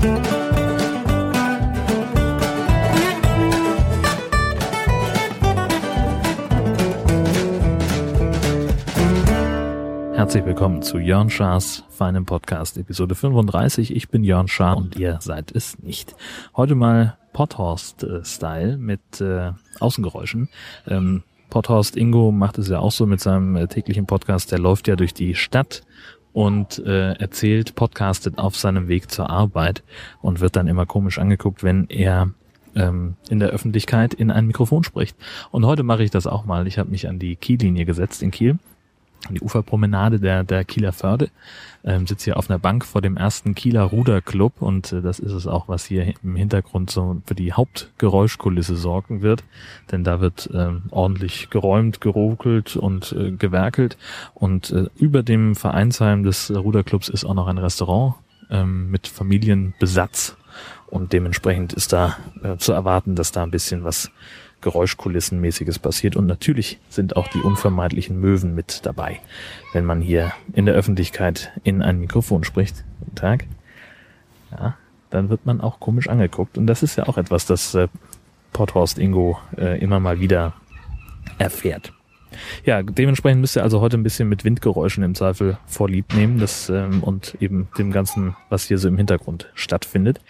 Herzlich willkommen zu Jörn Schars feinem Podcast, Episode 35. Ich bin Jörn Schaar und ihr seid es nicht. Heute mal Potthorst-Style mit Außengeräuschen. Potthorst Ingo macht es ja auch so mit seinem täglichen Podcast. Der läuft ja durch die Stadt und podcastet auf seinem Weg zur Arbeit und wird dann immer komisch angeguckt, wenn er in der Öffentlichkeit in ein Mikrofon spricht. Und heute mache ich das auch mal. Ich habe mich an die Kiellinie gesetzt in Kiel. Die Uferpromenade der Kieler Förde, sitze hier auf einer Bank vor dem ersten Kieler Ruderclub und das ist es auch, was hier im Hintergrund so für die Hauptgeräuschkulisse sorgen wird, denn da wird ordentlich geräumt, geruckelt und gewerkelt und über dem Vereinsheim des Ruderclubs ist auch noch ein Restaurant mit Familienbesatz und dementsprechend ist da zu erwarten, dass da ein bisschen was Geräuschkulissenmäßiges passiert und natürlich sind auch die unvermeidlichen Möwen mit dabei, wenn man hier in der Öffentlichkeit in ein Mikrofon spricht. Guten Tag. Ja, dann wird man auch komisch angeguckt und das ist ja auch etwas, das Potthorst Ingo immer mal wieder erfährt. Ja, dementsprechend müsst ihr also heute ein bisschen mit Windgeräuschen im Zweifel vorlieb nehmen und eben dem Ganzen, was hier so im Hintergrund stattfindet.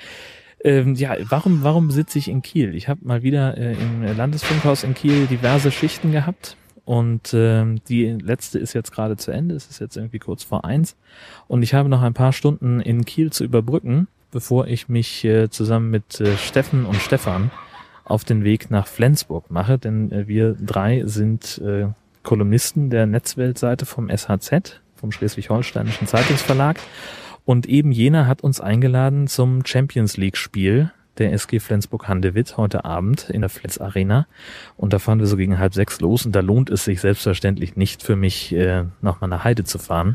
Warum sitze ich in Kiel? Ich habe mal wieder im Landesfunkhaus in Kiel diverse Schichten gehabt und die letzte ist jetzt gerade zu Ende. Es ist jetzt irgendwie kurz vor 1 und ich habe noch ein paar Stunden in Kiel zu überbrücken, bevor ich mich zusammen mit Steffen und Stefan auf den Weg nach Flensburg mache, denn wir drei sind Kolumnisten der Netzweltseite vom SHZ, vom Schleswig-Holsteinischen Zeitungsverlag. Und eben jener hat uns eingeladen zum Champions-League-Spiel der SG Flensburg-Handewitt heute Abend in der Flens Arena. Und da fahren wir so gegen 5:30 los. Und da lohnt es sich selbstverständlich nicht für mich, nach meiner Heide zu fahren.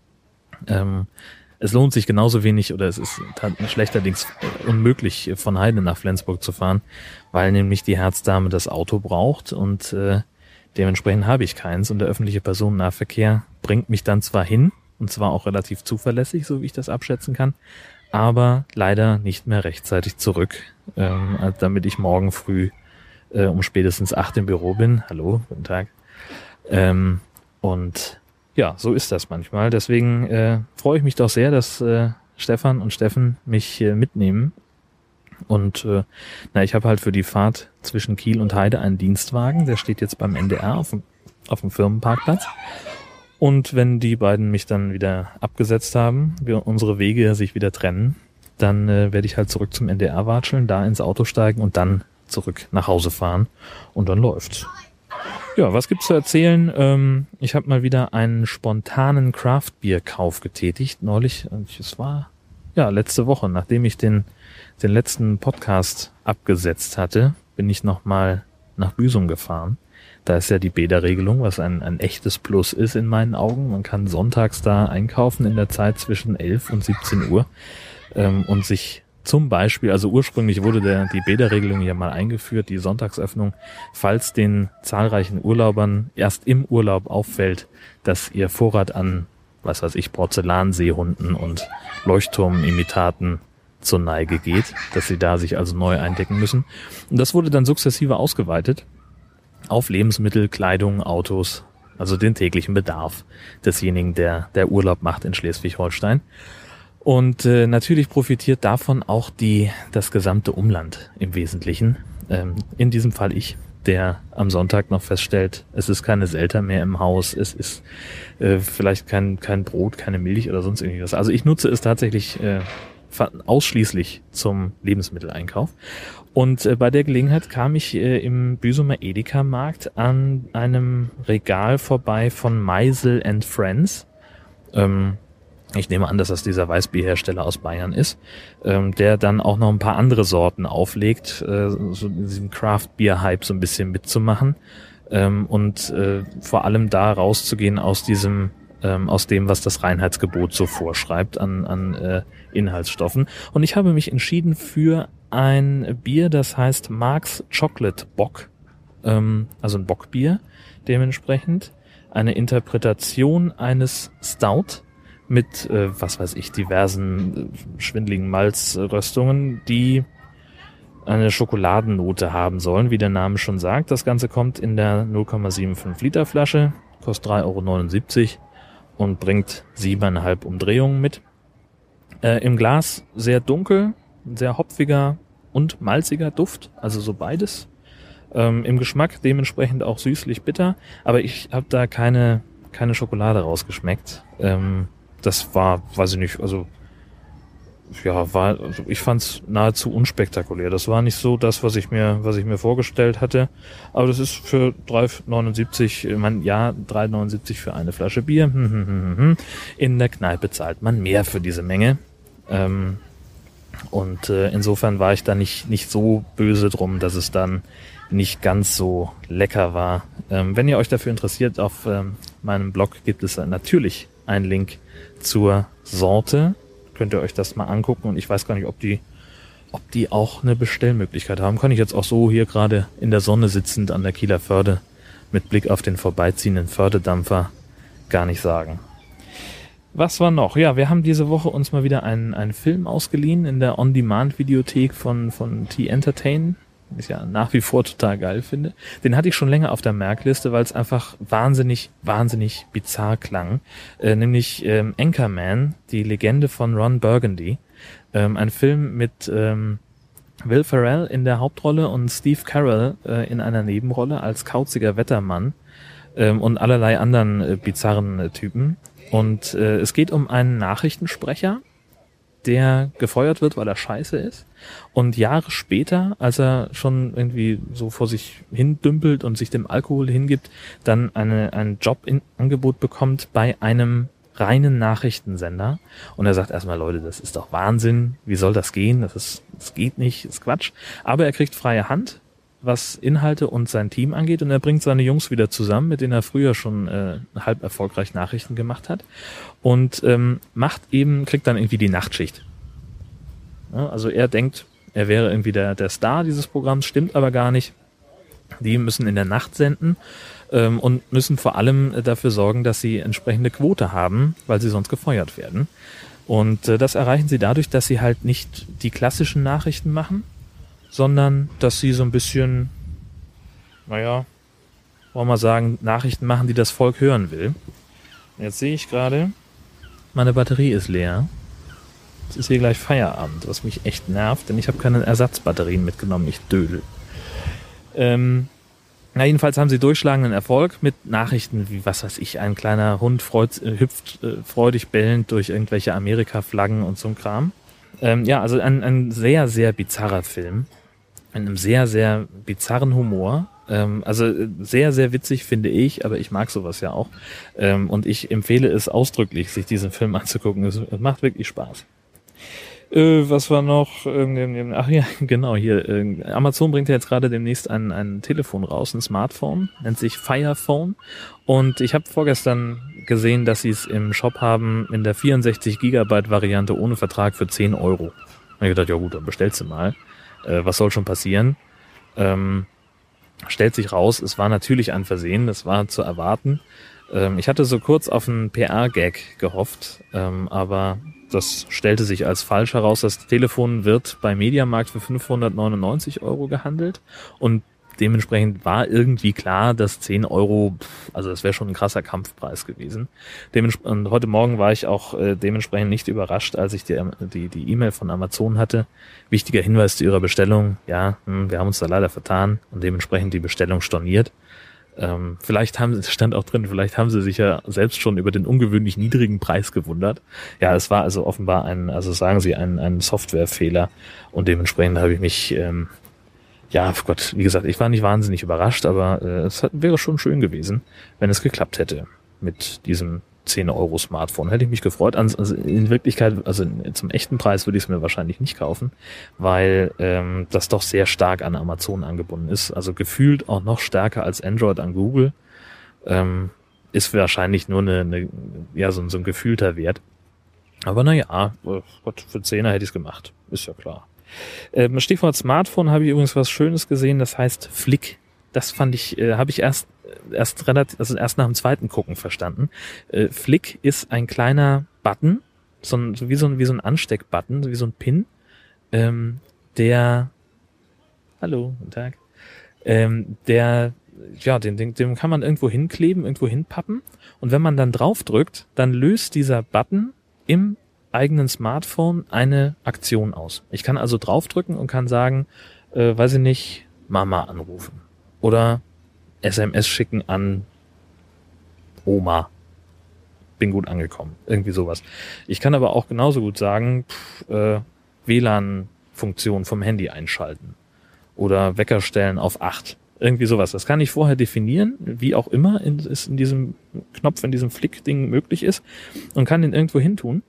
Es lohnt sich genauso wenig oder es ist schlechterdings unmöglich, von Heide nach Flensburg zu fahren, weil nämlich die Herzdame das Auto braucht und dementsprechend habe ich keins. Und der öffentliche Personennahverkehr bringt mich dann zwar hin, und zwar auch relativ zuverlässig, so wie ich das abschätzen kann, aber leider nicht mehr rechtzeitig zurück, damit ich morgen früh um spätestens 8 im Büro bin. Hallo, guten Tag. Und ja, so ist das manchmal. Deswegen freue ich mich doch sehr, dass Stefan und Steffen mich mitnehmen. Und ich habe halt für die Fahrt zwischen Kiel und Heide einen Dienstwagen, der steht jetzt beim NDR auf dem Firmenparkplatz. Und wenn die beiden mich dann wieder abgesetzt haben, wir unsere Wege sich wieder trennen, dann werde ich halt zurück zum NDR watscheln, da ins Auto steigen und dann zurück nach Hause fahren und dann läuft's. Ja, was gibt's zu erzählen? Ich habe mal wieder einen spontanen Craft-Bier-Kauf getätigt. Neulich, es war letzte Woche, nachdem ich den letzten Podcast abgesetzt hatte, bin ich nochmal nach Büsum gefahren. Da ist ja die Bäderregelung, was ein echtes Plus ist in meinen Augen. Man kann sonntags da einkaufen in der Zeit zwischen 11 und 17 Uhr und sich zum Beispiel, also ursprünglich wurde die Bäderregelung ja mal eingeführt, die Sonntagsöffnung, falls den zahlreichen Urlaubern erst im Urlaub auffällt, dass ihr Vorrat an, Porzellanseehunden und Leuchtturmimitaten zur Neige geht, dass sie da sich also neu eindecken müssen. Und das wurde dann sukzessive ausgeweitet auf Lebensmittel, Kleidung, Autos, also den täglichen Bedarf desjenigen, der Urlaub macht in Schleswig-Holstein. Und natürlich profitiert davon auch das gesamte Umland im Wesentlichen. In diesem Fall ich, der am Sonntag noch feststellt, es ist keine Selter mehr im Haus, es ist vielleicht kein Brot, keine Milch oder sonst irgendwas. Also ich nutze es tatsächlich ausschließlich zum Lebensmitteleinkauf. Und bei der Gelegenheit kam ich im Büsumer Edeka-Markt an einem Regal vorbei von Meisel & Friends. Ich nehme an, dass das dieser Weißbierhersteller aus Bayern ist, der dann auch noch ein paar andere Sorten auflegt, so in diesem Craft-Bier-Hype so ein bisschen mitzumachen und vor allem da rauszugehen aus dem, was das Reinheitsgebot so vorschreibt an Inhaltsstoffen. Und ich habe mich entschieden für ein Bier, das heißt Mark's Chocolate Bock, also ein Bockbier dementsprechend, eine Interpretation eines Stout mit, diversen schwindeligen Malzröstungen, die eine Schokoladennote haben sollen, wie der Name schon sagt. Das Ganze kommt in der 0,75 Liter Flasche, kostet 3,79 € und bringt 7,5 Umdrehungen mit. Im Glas sehr dunkel, sehr hopfiger und malziger Duft, also so beides. Im Geschmack dementsprechend auch süßlich bitter, aber ich habe da keine Schokolade rausgeschmeckt. Das war, weiß ich nicht, ich fand's nahezu unspektakulär. Das war nicht so das, was ich mir vorgestellt hatte. Aber das ist für 3,79, 3,79 für eine Flasche Bier. In der Kneipe zahlt man mehr für diese Menge. Insofern war ich da nicht so böse drum, dass es dann nicht ganz so lecker war. Wenn ihr euch dafür interessiert, auf meinem Blog gibt es natürlich einen Link zur Sorte. Könnt ihr euch das mal angucken und ich weiß gar nicht, ob die auch eine Bestellmöglichkeit haben. Kann ich jetzt auch so hier gerade in der Sonne sitzend an der Kieler Förde mit Blick auf den vorbeiziehenden Fördedampfer gar nicht sagen. Was war noch? Ja, wir haben diese Woche uns mal wieder einen Film ausgeliehen in der On-Demand-Videothek von T-Entertain, den ich ja nach wie vor total geil finde. Den hatte ich schon länger auf der Merkliste, weil es einfach wahnsinnig, wahnsinnig bizarr klang. Nämlich Anchorman, die Legende von Ron Burgundy. Ein Film mit Will Ferrell in der Hauptrolle und Steve Carell in einer Nebenrolle als kauziger Wettermann und allerlei anderen bizarren Typen. Und es geht um einen Nachrichtensprecher, der gefeuert wird, weil er scheiße ist. Und Jahre später, als er schon irgendwie so vor sich hin dümpelt und sich dem Alkohol hingibt, dann ein Jobangebot bekommt bei einem reinen Nachrichtensender. Und er sagt erstmal, Leute, das ist doch Wahnsinn. Wie soll das gehen? Das geht nicht, das ist Quatsch. Aber er kriegt freie Hand, was Inhalte und sein Team angeht, und er bringt seine Jungs wieder zusammen, mit denen er früher schon halb erfolgreich Nachrichten gemacht hat, und kriegt dann irgendwie die Nachtschicht. Ja, also er denkt, er wäre irgendwie der Star dieses Programms, stimmt aber gar nicht. Die müssen in der Nacht senden und müssen vor allem dafür sorgen, dass sie entsprechende Quote haben, weil sie sonst gefeuert werden. Und das erreichen sie dadurch, dass sie halt nicht die klassischen Nachrichten machen, sondern dass sie so ein bisschen, wollen wir mal sagen, Nachrichten machen, die das Volk hören will. Jetzt sehe ich gerade, meine Batterie ist leer. Es ist hier gleich Feierabend, was mich echt nervt, denn ich habe keine Ersatzbatterien mitgenommen, ich Dödel. Jedenfalls haben sie durchschlagenden Erfolg mit Nachrichten wie, was weiß ich, ein kleiner Hund hüpft freudig bellend durch irgendwelche Amerika-Flaggen und so ein Kram. Also ein sehr, sehr bizarrer Film. Mit einem sehr, sehr bizarren Humor. Sehr, sehr witzig finde ich, aber ich mag sowas ja auch. Und ich empfehle es ausdrücklich, sich diesen Film anzugucken. Es macht wirklich Spaß. Was war noch? Ach ja, genau, hier. Amazon bringt ja jetzt gerade demnächst ein Telefon raus, ein Smartphone, nennt sich Fire Phone. Und ich habe vorgestern gesehen, dass sie es im Shop haben in der 64 GB Variante ohne Vertrag für 10 €. Und ich gedacht, ja gut, dann bestellst du mal. Was soll schon passieren? Stellt sich raus, es war natürlich ein Versehen, das war zu erwarten. Ich hatte so kurz auf einen PR-Gag gehofft, aber das stellte sich als falsch heraus. Das Telefon wird bei Mediamarkt für 599 € gehandelt und dementsprechend war irgendwie klar, dass 10 €, also das wäre schon ein krasser Kampfpreis gewesen. Und heute Morgen war ich auch dementsprechend nicht überrascht, als ich die E-Mail von Amazon hatte. Wichtiger Hinweis zu Ihrer Bestellung, ja, wir haben uns da leider vertan und dementsprechend die Bestellung storniert. Stand auch drin, vielleicht haben sie sich ja selbst schon über den ungewöhnlich niedrigen Preis gewundert. Ja, es war also offenbar ein Softwarefehler und dementsprechend habe ich mich, wie gesagt, ich war nicht wahnsinnig überrascht, aber es wäre schon schön gewesen, wenn es geklappt hätte mit diesem 10 € Smartphone. Hätte ich mich gefreut. Also in Wirklichkeit, also zum echten Preis würde ich es mir wahrscheinlich nicht kaufen, weil das doch sehr stark an Amazon angebunden ist. Also gefühlt auch noch stärker als Android an Google. Ist wahrscheinlich nur so ein gefühlter Wert. Aber für 10er hätte ich es gemacht. Ist ja klar. Stichwort Smartphone habe ich übrigens was Schönes gesehen, das heißt Flick. Das fand ich, habe ich erst nach dem zweiten Gucken verstanden. Flick ist ein kleiner Button, wie so ein Ansteckbutton, wie so ein Pin, der, hallo, guten Tag, den kann man irgendwo hinkleben, irgendwo hinpappen, und wenn man dann draufdrückt, dann löst dieser Button im eigenen Smartphone eine Aktion aus. Ich kann also draufdrücken und kann sagen, weiß ich nicht, Mama anrufen oder SMS schicken an Oma. Bin gut angekommen. Irgendwie sowas. Ich kann aber auch genauso gut sagen, WLAN-Funktion vom Handy einschalten oder Wecker stellen auf 8. Irgendwie sowas. Das kann ich vorher definieren, wie auch immer es in diesem Knopf, in diesem Flick-Ding möglich ist, und kann den irgendwo hin tun.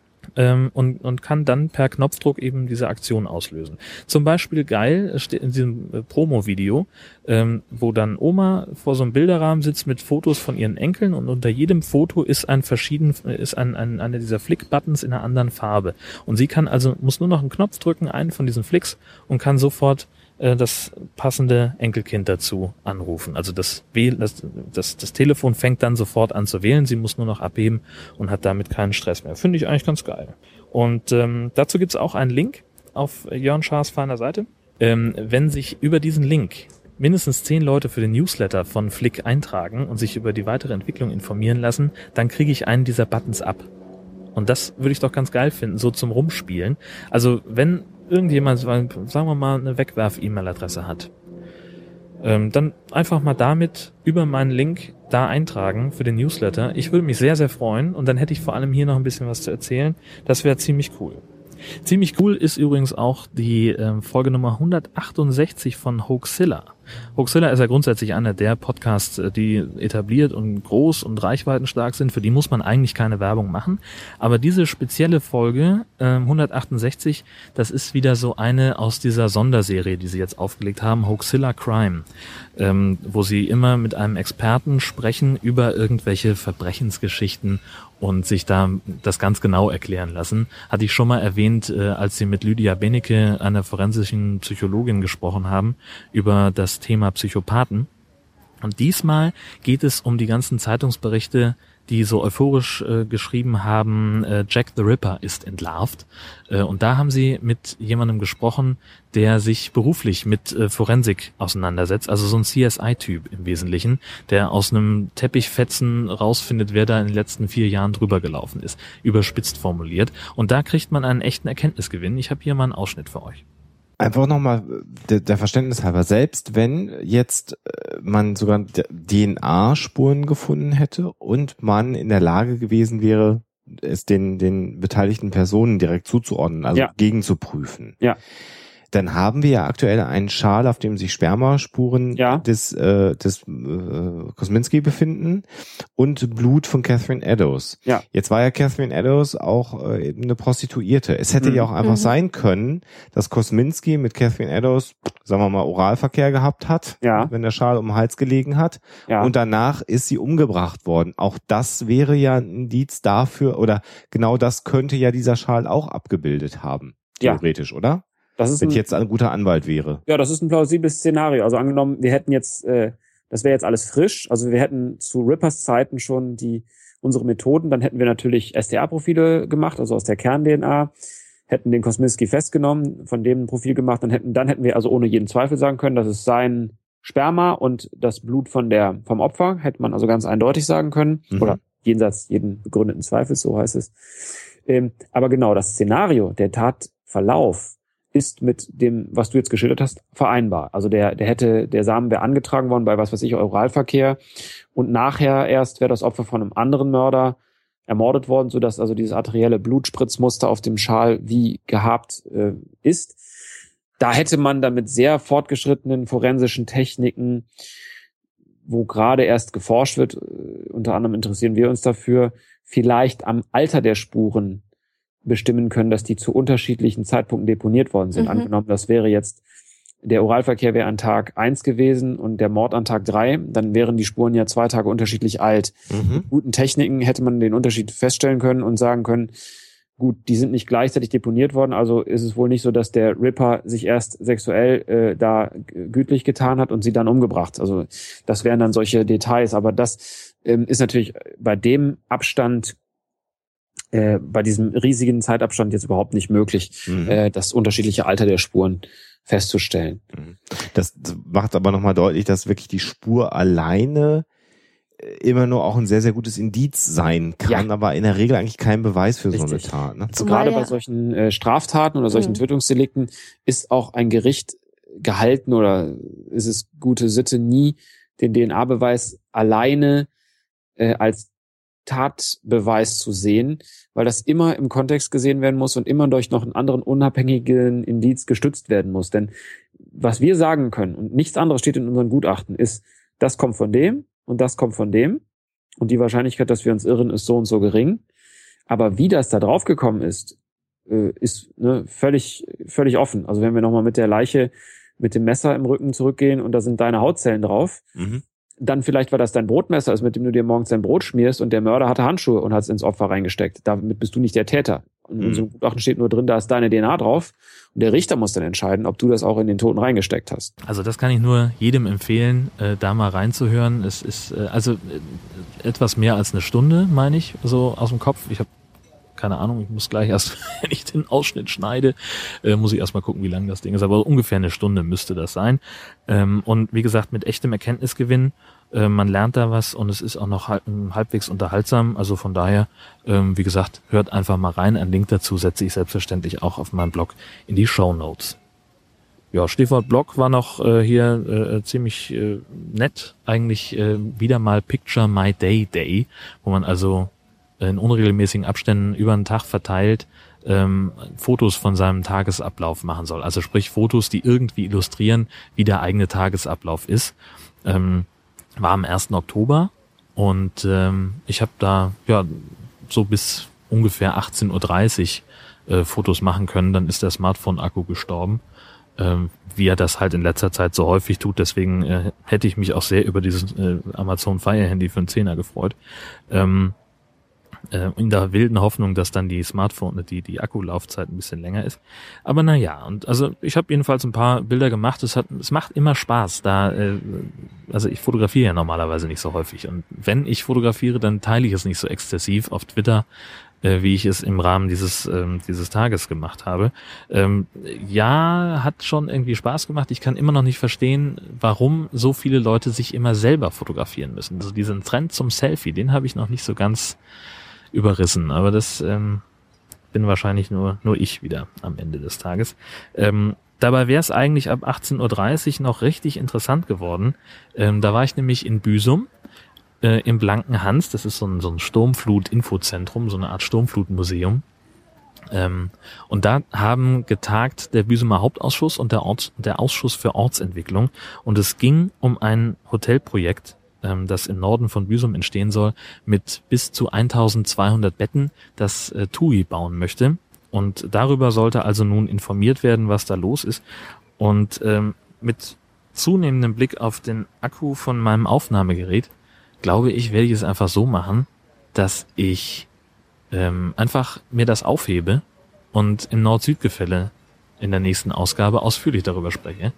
Und kann dann per Knopfdruck eben diese Aktion auslösen. Zum Beispiel geil, steht in diesem Promo-Video, wo dann Oma vor so einem Bilderrahmen sitzt mit Fotos von ihren Enkeln, und unter jedem Foto ist einer dieser Flick-Buttons in einer anderen Farbe. Und sie muss nur noch einen Knopf drücken, einen von diesen Flicks, und kann sofort das passende Enkelkind dazu anrufen. Also das Telefon fängt dann sofort an zu wählen, sie muss nur noch abheben und hat damit keinen Stress mehr. Finde ich eigentlich ganz geil. Und dazu gibt's auch einen Link auf Jörn Schaas feiner Seite. Wenn sich über diesen Link mindestens 10 Leute für den Newsletter von Flick eintragen und sich über die weitere Entwicklung informieren lassen, dann kriege ich einen dieser Buttons ab. Und das würde ich doch ganz geil finden, so zum Rumspielen. Also wenn irgendjemand, sagen wir mal, eine Wegwerf-E-Mail-Adresse hat, dann einfach mal damit über meinen Link da eintragen für den Newsletter. Ich würde mich sehr, sehr freuen, und dann hätte ich vor allem hier noch ein bisschen was zu erzählen. Das wäre ziemlich cool. Ziemlich cool ist übrigens auch die Folge Nummer 168 von Hoaxilla. Hoaxilla ist ja grundsätzlich einer der Podcasts, die etabliert und groß und reichweitenstark sind. Für die muss man eigentlich keine Werbung machen. Aber diese spezielle Folge 168, das ist wieder so eine aus dieser Sonderserie, die sie jetzt aufgelegt haben, Hoaxilla Crime, wo sie immer mit einem Experten sprechen über irgendwelche Verbrechensgeschichten und sich da das ganz genau erklären lassen. Hatte ich schon mal erwähnt, als sie mit Lydia Benecke, einer forensischen Psychologin, gesprochen haben über das Thema Psychopathen. Und diesmal geht es um die ganzen Zeitungsberichte, die so euphorisch geschrieben haben, Jack the Ripper ist entlarvt. Und da haben sie mit jemandem gesprochen, der sich beruflich mit Forensik auseinandersetzt, also so ein CSI-Typ im Wesentlichen, der aus einem Teppichfetzen rausfindet, wer da in den letzten 4 Jahren drüber gelaufen ist, überspitzt formuliert. Und da kriegt man einen echten Erkenntnisgewinn. Ich habe hier mal einen Ausschnitt für euch. Einfach nochmal der Verständnis halber, selbst wenn jetzt man sogar DNA-Spuren gefunden hätte und man in der Lage gewesen wäre, es den beteiligten Personen direkt zuzuordnen, also gegenzuprüfen. Ja. Dann haben wir ja aktuell einen Schal, auf dem sich Spermaspuren des Kosminski befinden und Blut von Catherine Eddowes. Ja. Jetzt war ja Catherine Eddowes auch eine Prostituierte. Es hätte ja auch einfach sein können, dass Kosminski mit Catherine Eddowes, sagen wir mal, Oralverkehr gehabt hat, wenn der Schal um den Hals gelegen hat. Ja. Und danach ist sie umgebracht worden. Auch das wäre ja ein Indiz dafür, oder genau das könnte ja dieser Schal auch abgebildet haben. Theoretisch, oder? Wenn ich jetzt ein guter Anwalt wäre. Ja, das ist ein plausibles Szenario. Also angenommen, wir hätten jetzt, das wäre jetzt alles frisch. Also wir hätten zu Rippers Zeiten schon unsere Methoden. Dann hätten wir natürlich SDA-Profile gemacht, also aus der Kern-DNA. Hätten den Kosminski festgenommen, von dem ein Profil gemacht. Dann hätten wir also ohne jeden Zweifel sagen können, das ist sein Sperma und das Blut vom Opfer. Hätte man also ganz eindeutig sagen können. Oder jenseits jeden begründeten Zweifels, so heißt es. Aber genau, das Szenario, der Tatverlauf, ist mit dem, was du jetzt geschildert hast, vereinbar. Also der Samen wäre angetragen worden bei Oralverkehr, und nachher erst wäre das Opfer von einem anderen Mörder ermordet worden, sodass also dieses arterielle Blutspritzmuster auf dem Schal wie gehabt ist. Da hätte man dann mit sehr fortgeschrittenen forensischen Techniken, wo gerade erst geforscht wird, unter anderem interessieren wir uns dafür, vielleicht am Alter der Spuren bestimmen können, dass die zu unterschiedlichen Zeitpunkten deponiert worden sind. Angenommen, das wäre jetzt, der Oralverkehr wäre an Tag 1 gewesen und der Mord an Tag 3, dann wären die Spuren ja 2 Tage unterschiedlich alt. Mit guten Techniken hätte man den Unterschied feststellen können und sagen können, gut, die sind nicht gleichzeitig deponiert worden, also ist es wohl nicht so, dass der Ripper sich erst sexuell da gütlich getan hat und sie dann umgebracht. Also das wären dann solche Details, aber das ist natürlich bei dem Abstand bei diesem riesigen Zeitabstand jetzt überhaupt nicht möglich, das unterschiedliche Alter der Spuren festzustellen. Das macht aber nochmal deutlich, dass wirklich die Spur alleine immer nur auch ein sehr, sehr gutes Indiz sein kann, aber in der Regel eigentlich kein Beweis für so eine Tat. Ne? Also gerade bei solchen Straftaten oder solchen Tötungsdelikten ist auch ein Gericht gehalten oder ist es gute Sitte, nie den DNA-Beweis alleine als Tatbeweis zu sehen, weil das immer im Kontext gesehen werden muss und immer durch noch einen anderen unabhängigen Indiz gestützt werden muss. Denn was wir sagen können, und nichts anderes steht in unseren Gutachten, ist, das kommt von dem und das kommt von dem und die Wahrscheinlichkeit, dass wir uns irren, ist so und so gering. Aber wie das da drauf gekommen ist völlig offen. Also wenn wir nochmal mit der Leiche, mit dem Messer im Rücken zurückgehen und da sind deine Hautzellen drauf, dann vielleicht, weil das dein Brotmesser ist, mit dem du dir morgens dein Brot schmierst und der Mörder hatte Handschuhe und hat es ins Opfer reingesteckt. Damit bist du nicht der Täter. Und in unserem Gutachten steht nur drin, da ist deine DNA drauf. Und der Richter muss dann entscheiden, ob du das auch in den Toten reingesteckt hast. Also das kann ich nur jedem empfehlen, da mal reinzuhören. Es ist etwas mehr als eine Stunde, meine ich, so aus dem Kopf. Ich habe keine Ahnung, ich muss gleich erst, wenn ich den Ausschnitt schneide, muss ich erst mal gucken, wie lang das Ding ist. Aber ungefähr eine Stunde müsste das sein. Und wie gesagt, mit echtem Erkenntnisgewinn. Man lernt da was und es ist auch noch halbwegs unterhaltsam. Also von daher, wie gesagt, hört einfach mal rein. Einen Link dazu setze ich selbstverständlich auch auf meinem Blog in die Shownotes. Ja, Stichwort Blog war noch hier ziemlich nett. Eigentlich wieder mal Picture My Day Day, wo man also in unregelmäßigen Abständen über den Tag verteilt Fotos von seinem Tagesablauf machen soll. Also sprich Fotos, die irgendwie illustrieren, wie der eigene Tagesablauf ist. War am 1. Oktober und ich habe da so bis ungefähr 18.30 Uhr Fotos machen können. Dann ist der Smartphone-Akku gestorben, wie er das halt in letzter Zeit so häufig tut. Deswegen hätte ich mich auch sehr über dieses Amazon Fire Handy für einen 10er gefreut. In der wilden Hoffnung, dass dann die Smartphone, die Akkulaufzeit ein bisschen länger ist. Aber naja, und also ich habe jedenfalls ein paar Bilder gemacht. Es macht immer Spaß. Also ich fotografiere ja normalerweise nicht so häufig. Und wenn ich fotografiere, dann teile ich es nicht so exzessiv auf Twitter, wie ich es im Rahmen dieses Tages gemacht habe. Hat schon irgendwie Spaß gemacht. Ich kann immer noch nicht verstehen, warum so viele Leute sich immer selber fotografieren müssen. Also diesen Trend zum Selfie, den habe ich noch nicht so ganz überrissen, aber das bin wahrscheinlich nur ich wieder am Ende des Tages. Dabei wäre es eigentlich ab 18.30 Uhr noch richtig interessant geworden. Da war ich nämlich in Büsum im Blanken Hans, das ist so ein Sturmflut-Infozentrum, so eine Art Sturmflutmuseum. Und da haben getagt der Büsumer Hauptausschuss und der Ausschuss für Ortsentwicklung und es ging um ein Hotelprojekt, das im Norden von Büsum entstehen soll, mit bis zu 1200 Betten, das TUI bauen möchte. Und darüber sollte also nun informiert werden, was da los ist. Und mit zunehmendem Blick auf den Akku von meinem Aufnahmegerät, glaube ich, werde ich es einfach so machen, dass ich einfach mir das aufhebe und im Nord-Süd-Gefälle in der nächsten Ausgabe ausführlich darüber spreche.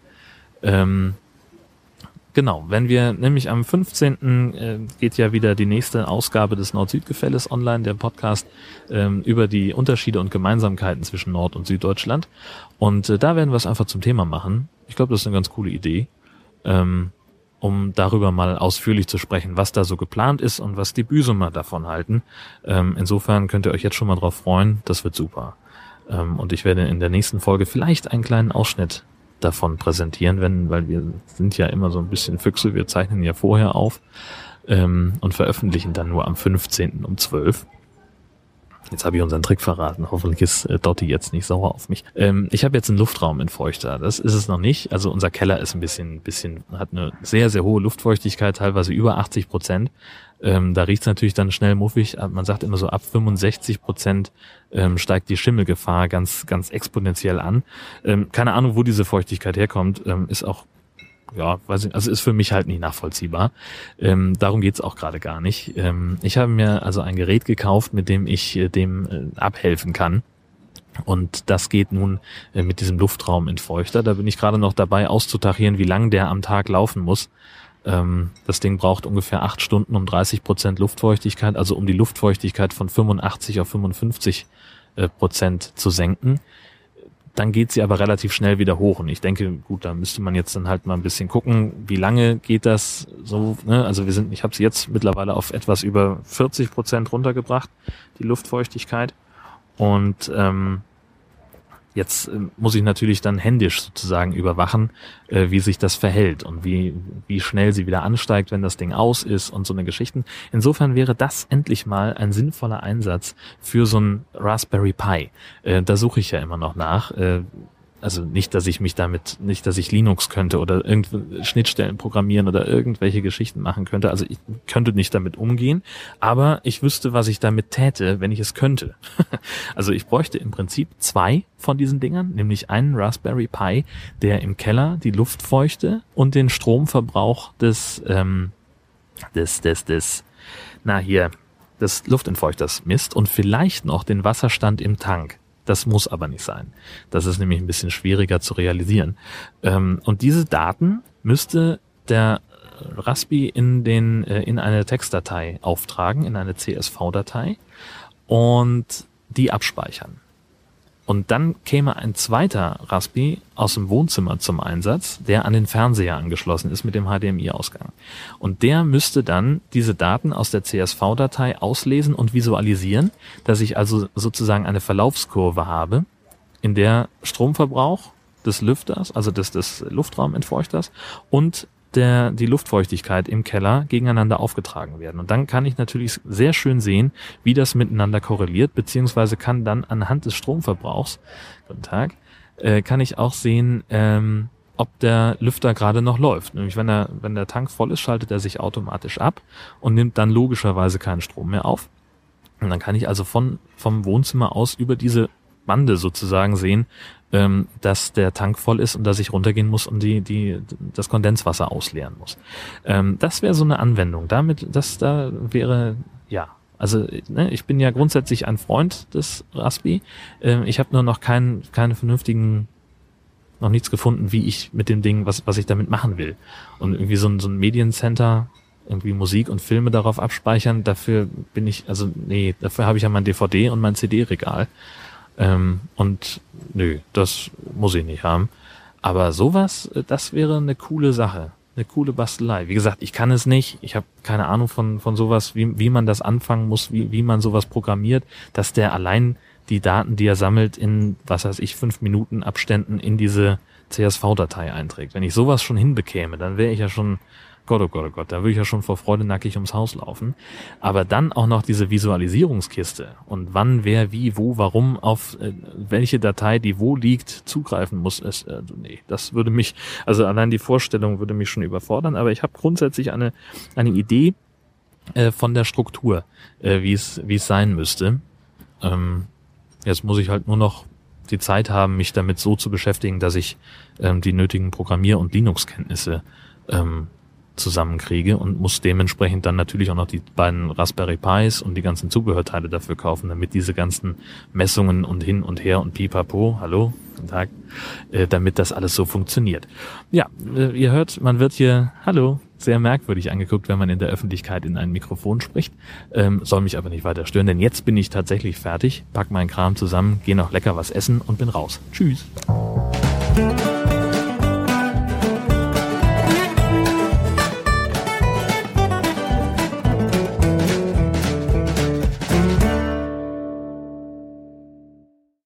Genau, wenn wir nämlich am 15. Geht ja wieder die nächste Ausgabe des Nord-Süd-Gefälles online, der Podcast über die Unterschiede und Gemeinsamkeiten zwischen Nord- und Süddeutschland. Und da werden wir es einfach zum Thema machen. Ich glaube, das ist eine ganz coole Idee, um darüber mal ausführlich zu sprechen, was da so geplant ist und was die Büsumer davon halten. Insofern könnt ihr euch jetzt schon mal drauf freuen, das wird super. Und ich werde in der nächsten Folge vielleicht einen kleinen Ausschnitt davon präsentieren, weil wir sind ja immer so ein bisschen Füchse, wir zeichnen ja vorher auf und veröffentlichen dann nur am 15. um 12. Jetzt habe ich unseren Trick verraten. Hoffentlich ist Dotti jetzt nicht sauer auf mich. Ich habe jetzt einen Luftraumentfeuchter. Das ist es noch nicht. Also unser Keller ist ein bisschen hat eine sehr, sehr hohe Luftfeuchtigkeit, teilweise über 80%. Da riecht's natürlich dann schnell muffig. Man sagt immer so, ab 65% steigt die Schimmelgefahr ganz, ganz exponentiell an. Keine Ahnung, wo diese Feuchtigkeit herkommt. Ist auch, weiß ich, also ist für mich halt nicht nachvollziehbar. Darum geht's auch gerade gar nicht. Ich habe mir also ein Gerät gekauft, mit dem ich dem abhelfen kann. Und das geht nun mit diesem Luftraumentfeuchter. Da bin ich gerade noch dabei auszutarieren, wie lang der am Tag laufen muss. Das Ding braucht ungefähr 8 Stunden um 30% Luftfeuchtigkeit, also um die Luftfeuchtigkeit von 85 auf 55% zu senken. Dann geht sie aber relativ schnell wieder hoch. Und ich denke, gut, da müsste man jetzt dann halt mal ein bisschen gucken, wie lange geht das so, ne? Also ich habe sie jetzt mittlerweile auf etwas über 40% runtergebracht, die Luftfeuchtigkeit. Und jetzt muss ich natürlich dann händisch sozusagen überwachen, wie sich das verhält und wie schnell sie wieder ansteigt, wenn das Ding aus ist und so eine Geschichten. Insofern wäre das endlich mal ein sinnvoller Einsatz für so ein Raspberry Pi. Da suche ich ja immer noch nach. Also nicht, dass ich Linux könnte oder irgendwelche Schnittstellen programmieren oder irgendwelche Geschichten machen könnte. Also ich könnte nicht damit umgehen, aber ich wüsste, was ich damit täte, wenn ich es könnte. Also ich bräuchte im Prinzip 2 von diesen Dingern, nämlich einen Raspberry Pi, der im Keller die Luftfeuchte und den Stromverbrauch des Luftentfeuchters misst und vielleicht noch den Wasserstand im Tank. Das muss aber nicht sein. Das ist nämlich ein bisschen schwieriger zu realisieren. Und diese Daten müsste der Raspi in eine Textdatei auftragen, in eine CSV-Datei und die abspeichern. Und dann käme ein zweiter Raspi aus dem Wohnzimmer zum Einsatz, der an den Fernseher angeschlossen ist mit dem HDMI-Ausgang. Und der müsste dann diese Daten aus der CSV-Datei auslesen und visualisieren, dass ich also sozusagen eine Verlaufskurve habe, in der Stromverbrauch des Lüfters, also des Luftraumentfeuchters und die Luftfeuchtigkeit im Keller gegeneinander aufgetragen werden. Und dann kann ich natürlich sehr schön sehen, wie das miteinander korreliert, beziehungsweise kann dann anhand des Stromverbrauchs, guten Tag, kann ich auch sehen, ob der Lüfter gerade noch läuft. Nämlich wenn der Tank voll ist, schaltet er sich automatisch ab und nimmt dann logischerweise keinen Strom mehr auf. Und dann kann ich also vom Wohnzimmer aus über diese Bande sozusagen sehen, dass der Tank voll ist und dass ich runtergehen muss und das Kondenswasser ausleeren muss. Das wäre so eine Anwendung. Ich bin ja grundsätzlich ein Freund des Raspi. Ich habe nur noch noch nichts gefunden, wie ich mit dem Ding, was ich damit machen will. Und irgendwie so ein Mediencenter, irgendwie Musik und Filme darauf abspeichern, dafür habe ich ja mein DVD und mein CD-Regal. Und nö, das muss ich nicht haben. Aber sowas, das wäre eine coole Sache, eine coole Bastelei. Wie gesagt, ich kann es nicht, ich habe keine Ahnung von sowas, wie man das anfangen muss, wie man sowas programmiert, dass der allein die Daten, die er sammelt, in, 5 Minuten Abständen in diese CSV-Datei einträgt. Wenn ich sowas schon hinbekäme, dann wäre ich ja schon Gott, oh Gott, oh Gott, da würde ich ja schon vor Freude nackig ums Haus laufen. Aber dann auch noch diese Visualisierungskiste und wann, wer, wie, wo, warum, auf welche Datei, die wo liegt, zugreifen muss. Das würde mich, also allein die Vorstellung würde mich schon überfordern. Aber ich habe grundsätzlich eine Idee von der Struktur, wie es sein müsste. Jetzt muss ich halt nur noch die Zeit haben, mich damit so zu beschäftigen, dass ich die nötigen Programmier- und Linux-Kenntnisse zusammenkriege und muss dementsprechend dann natürlich auch noch die beiden Raspberry Pis und die ganzen Zubehörteile dafür kaufen, damit diese ganzen Messungen und hin und her und pipapo, hallo, guten Tag, damit das alles so funktioniert. Ja, ihr hört, man wird hier, hallo, sehr merkwürdig angeguckt, wenn man in der Öffentlichkeit in ein Mikrofon spricht, soll mich aber nicht weiter stören, denn jetzt bin ich tatsächlich fertig, pack meinen Kram zusammen, gehe noch lecker was essen und bin raus. Tschüss.